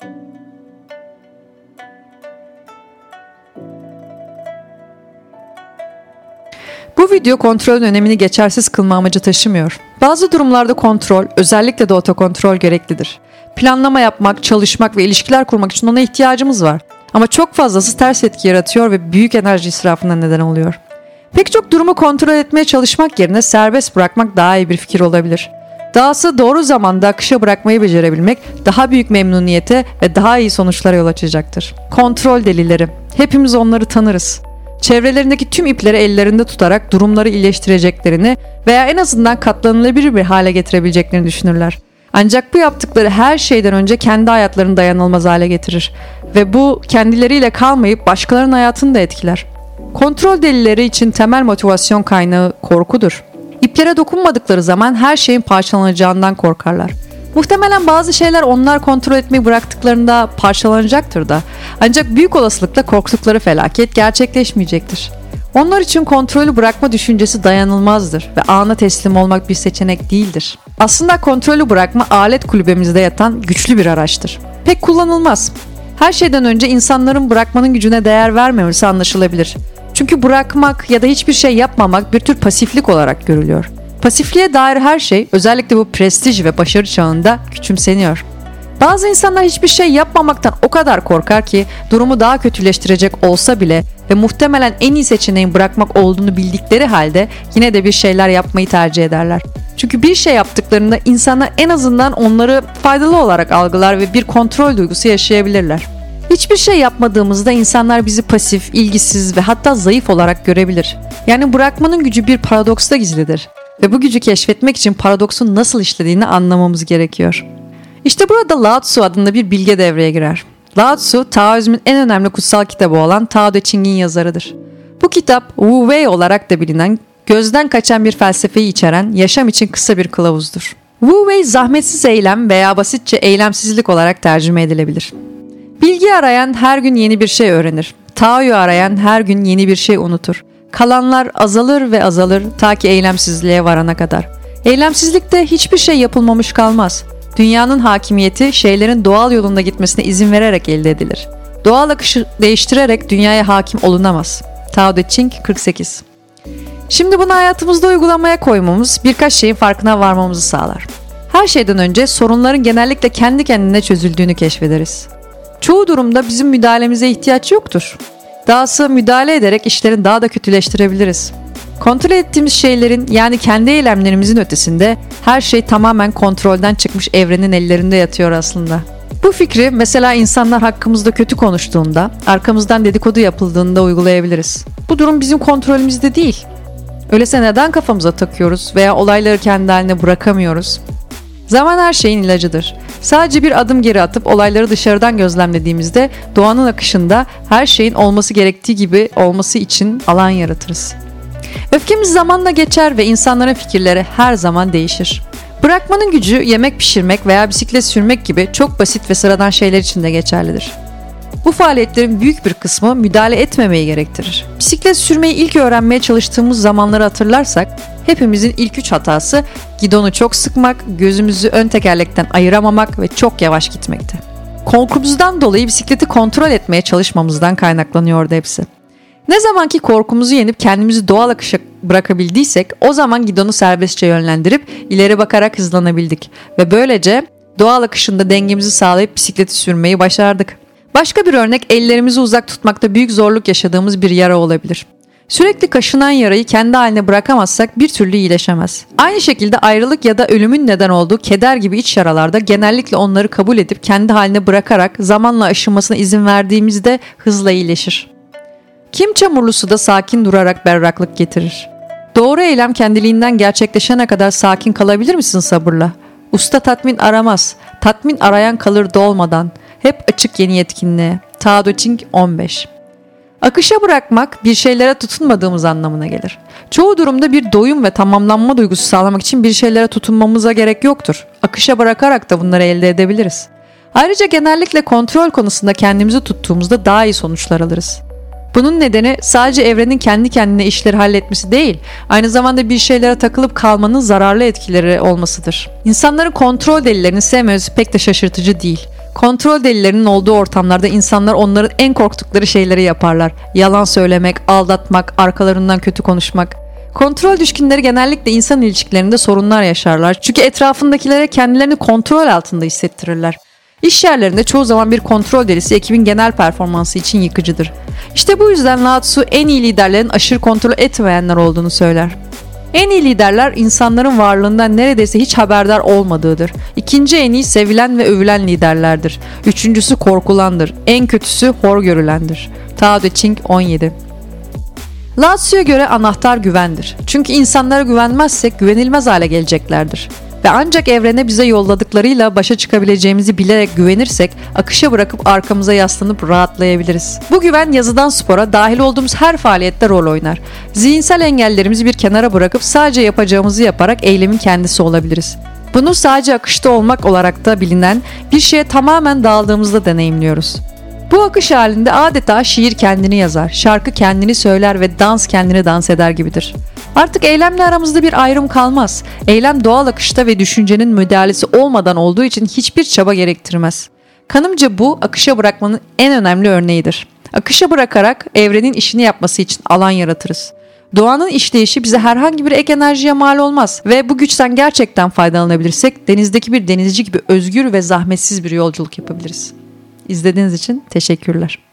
Bu video kontrolün önemini geçersiz kılma amacı taşımıyor. Bazı durumlarda kontrol, özellikle de otokontrol gereklidir. Planlama yapmak, çalışmak ve ilişkiler kurmak için ona ihtiyacımız var. Ama çok fazlası ters etki yaratıyor ve büyük enerji israfına neden oluyor. Pek çok durumu kontrol etmeye çalışmak yerine serbest bırakmak daha iyi bir fikir olabilir. Dahası doğru zamanda akışa bırakmayı becerebilmek daha büyük memnuniyete ve daha iyi sonuçlara yol açacaktır. Kontrol delileri. Hepimiz onları tanırız. Çevrelerindeki tüm ipleri ellerinde tutarak durumları iyileştireceklerini veya en azından katlanılabilir bir hale getirebileceklerini düşünürler. Ancak bu yaptıkları her şeyden önce kendi hayatlarını dayanılmaz hale getirir. Ve bu kendileriyle kalmayıp başkalarının hayatını da etkiler. Kontrol delileri için temel motivasyon kaynağı korkudur. İplere dokunmadıkları zaman her şeyin parçalanacağından korkarlar. Muhtemelen bazı şeyler onlar kontrol etmeyi bıraktıklarında parçalanacaktır da. Ancak büyük olasılıkla korktukları felaket gerçekleşmeyecektir. Onlar için kontrolü bırakma düşüncesi dayanılmazdır ve ana teslim olmak bir seçenek değildir. Aslında kontrolü bırakma alet kulübemizde yatan güçlü bir araçtır. Pek kullanılmaz. Her şeyden önce insanların bırakmanın gücüne değer vermemesi anlaşılabilir. Çünkü bırakmak ya da hiçbir şey yapmamak bir tür pasiflik olarak görülüyor. Pasifliğe dair her şey, özellikle bu prestij ve başarı çağında küçümseniyor. Bazı insanlar hiçbir şey yapmamaktan o kadar korkar ki durumu daha kötüleştirecek olsa bile ve muhtemelen en iyi seçeneğin bırakmak olduğunu bildikleri halde yine de bir şeyler yapmayı tercih ederler. Çünkü bir şey yaptıklarında insanlar en azından onları faydalı olarak algılar ve bir kontrol duygusu yaşayabilirler. Hiçbir şey yapmadığımızda insanlar bizi pasif, ilgisiz ve hatta zayıf olarak görebilir. Yani bırakmanın gücü bir paradoksta gizlidir. Ve bu gücü keşfetmek için paradoksun nasıl işlediğini anlamamız gerekiyor. İşte burada Lao Tzu adında bir bilge devreye girer. Lao Tzu, Taoizmin en önemli kutsal kitabı olan Tao Te Ching'in yazarıdır. Bu kitap, Wu Wei olarak da bilinen, gözden kaçan bir felsefeyi içeren yaşam için kısa bir kılavuzdur. Wu Wei, zahmetsiz eylem veya basitçe eylemsizlik olarak tercüme edilebilir. Bilgi arayan her gün yeni bir şey öğrenir. Tao'yu arayan her gün yeni bir şey unutur. Kalanlar azalır ve azalır ta ki eylemsizliğe varana kadar. Eylemsizlikte hiçbir şey yapılmamış kalmaz. Dünyanın hakimiyeti şeylerin doğal yolunda gitmesine izin vererek elde edilir. Doğal akışı değiştirerek dünyaya hakim olunamaz. Tao Te Ching 48. Şimdi bunu hayatımızda uygulamaya koymamız birkaç şeyin farkına varmamızı sağlar. Her şeyden önce sorunların genellikle kendi kendine çözüldüğünü keşfederiz. Çoğu durumda bizim müdahalemize ihtiyaç yoktur. Dahası müdahale ederek işlerin daha da kötüleştirebiliriz. Kontrol ettiğimiz şeylerin, yani kendi eylemlerimizin ötesinde her şey tamamen kontrolden çıkmış evrenin ellerinde yatıyor aslında. Bu fikri mesela insanlar hakkımızda kötü konuştuğunda, arkamızdan dedikodu yapıldığında uygulayabiliriz. Bu durum bizim kontrolümüzde değil. Öyleyse neden kafamıza takıyoruz veya olayları kendi haline bırakamıyoruz? Zaman her şeyin ilacıdır. Sadece bir adım geri atıp olayları dışarıdan gözlemlediğimizde doğanın akışında her şeyin olması gerektiği gibi olması için alan yaratırız. Öfkemiz zamanla geçer ve insanların fikirleri her zaman değişir. Bırakmanın gücü yemek pişirmek veya bisiklet sürmek gibi çok basit ve sıradan şeyler için de geçerlidir. Bu faaliyetlerin büyük bir kısmı müdahale etmemeyi gerektirir. Bisiklet sürmeyi ilk öğrenmeye çalıştığımız zamanları hatırlarsak, hepimizin ilk 3 hatası gidonu çok sıkmak, gözümüzü ön tekerlekten ayıramamak ve çok yavaş gitmekti. Korkumuzdan dolayı bisikleti kontrol etmeye çalışmamızdan kaynaklanıyordu hepsi. Ne zamanki korkumuzu yenip kendimizi doğal akışa bırakabildiysek o zaman gidonu serbestçe yönlendirip ileri bakarak hızlanabildik ve böylece doğal akışında dengemizi sağlayıp bisikleti sürmeyi başardık. Başka bir örnek ellerimizi uzak tutmakta büyük zorluk yaşadığımız bir yara olabilir. Sürekli kaşınan yarayı kendi haline bırakamazsak bir türlü iyileşemez. Aynı şekilde ayrılık ya da ölümün neden olduğu keder gibi iç yaralarda genellikle onları kabul edip kendi haline bırakarak zamanla aşınmasına izin verdiğimizde hızla iyileşir. Kim çamurlu suda sakin durarak berraklık getirir? Doğru eylem kendiliğinden gerçekleşene kadar sakin kalabilir misin sabırla? Usta tatmin aramaz. Tatmin arayan kalır dolmadan. Hep açık yeni yetkinliğe. Tao Te Ching 15. Akışa bırakmak bir şeylere tutunmadığımız anlamına gelir. Çoğu durumda bir doyum ve tamamlanma duygusu sağlamak için bir şeylere tutunmamıza gerek yoktur. Akışa bırakarak da bunları elde edebiliriz. Ayrıca genellikle kontrol konusunda kendimizi tuttuğumuzda daha iyi sonuçlar alırız. Bunun nedeni sadece evrenin kendi kendine işleri halletmesi değil, aynı zamanda bir şeylere takılıp kalmanın zararlı etkileri olmasıdır. İnsanların kontrol delilerini sevmemesi pek de şaşırtıcı değil. Kontrol delilerinin olduğu ortamlarda insanlar onların en korktukları şeyleri yaparlar. Yalan söylemek, aldatmak, arkalarından kötü konuşmak. Kontrol düşkünleri genellikle insan ilişkilerinde sorunlar yaşarlar. Çünkü etrafındakilere kendilerini kontrol altında hissettirirler. İş yerlerinde çoğu zaman bir kontrol delisi ekibin genel performansı için yıkıcıdır. İşte bu yüzden Lao Tzu en iyi liderlerin aşırı kontrol etmeyenler olduğunu söyler. En iyi liderler insanların varlığından neredeyse hiç haberdar olmadığıdır. İkinci en iyi sevilen ve övülen liderlerdir. Üçüncüsü korkulandır. En kötüsü hor görülendir. Tao Te Ching 17. Lao Tzu'ya göre anahtar güvendir. Çünkü insanlara güvenmezsek güvenilmez hale geleceklerdir. Ve ancak evrene bize yolladıklarıyla başa çıkabileceğimizi bilerek güvenirsek akışa bırakıp arkamıza yaslanıp rahatlayabiliriz. Bu güven yazıdan spora dahil olduğumuz her faaliyette rol oynar. Zihinsel engellerimizi bir kenara bırakıp sadece yapacağımızı yaparak eylemin kendisi olabiliriz. Bunu sadece akışta olmak olarak da bilinen bir şeye tamamen daldığımızda deneyimliyoruz. Bu akış halinde adeta şiir kendini yazar, şarkı kendini söyler ve dans kendini dans eder gibidir. Artık eylemle aramızda bir ayrım kalmaz. Eylem doğal akışta ve düşüncenin müdahalesi olmadan olduğu için hiçbir çaba gerektirmez. Kanımca bu akışa bırakmanın en önemli örneğidir. Akışa bırakarak evrenin işini yapması için alan yaratırız. Doğanın işleyişi bize herhangi bir ek enerjiye mal olmaz ve bu güçten gerçekten faydalanabilirsek denizdeki bir denizci gibi özgür ve zahmetsiz bir yolculuk yapabiliriz. İzlediğiniz için teşekkürler.